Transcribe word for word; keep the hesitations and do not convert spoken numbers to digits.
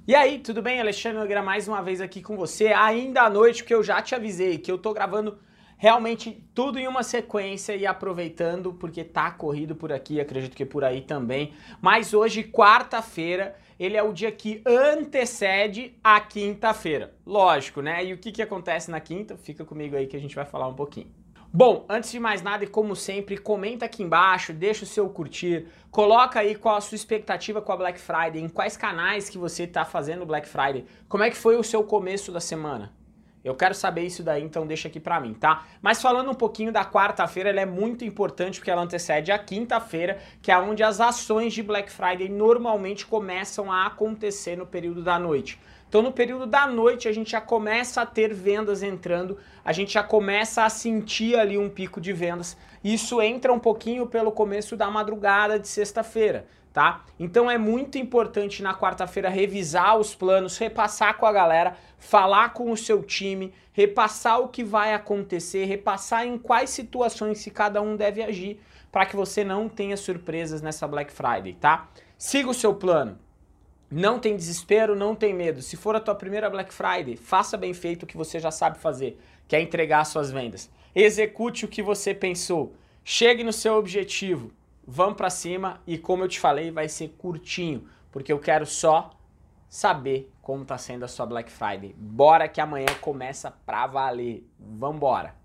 E aí, tudo bem? Alexandre Nogueira mais uma vez aqui com você, ainda à noite, porque eu já te avisei que eu tô gravando realmente tudo em uma sequência e aproveitando, porque tá corrido por aqui, acredito que por aí também. Mas hoje, quarta-feira, ele é o dia que antecede a quinta-feira. Lógico, né? E o que que acontece na quinta? Fica comigo aí que a gente vai falar um pouquinho. Bom, antes de mais nada e como sempre, comenta aqui embaixo, deixa o seu curtir, coloca aí qual a sua expectativa com a Black Friday, em quais canais que você está fazendo Black Friday, como é que foi o seu começo da semana. Eu quero saber isso daí, então deixa aqui pra mim, tá? Mas falando um pouquinho da quarta-feira, ela é muito importante porque ela antecede a quinta-feira, que é onde as ações de Black Friday normalmente começam a acontecer no período da noite. Então no período da noite a gente já começa a ter vendas entrando, a gente já começa a sentir ali um pico de vendas. Isso entra um pouquinho pelo começo da madrugada de sexta-feira, tá? Então é muito importante na quarta-feira revisar os planos, repassar com a galera, falar com o seu time, repassar o que vai acontecer, repassar em quais situações que cada um deve agir, para que você não tenha surpresas nessa Black Friday, tá? Siga o seu plano. Não tem desespero, não tem medo. Se for a tua primeira Black Friday, faça bem feito o que você já sabe fazer, que é entregar suas vendas. Execute o que você pensou. Chegue no seu objetivo. Vamos pra cima e, como eu te falei, vai ser curtinho, porque eu quero só saber como tá sendo a sua Black Friday. Bora que amanhã começa pra valer. Vambora!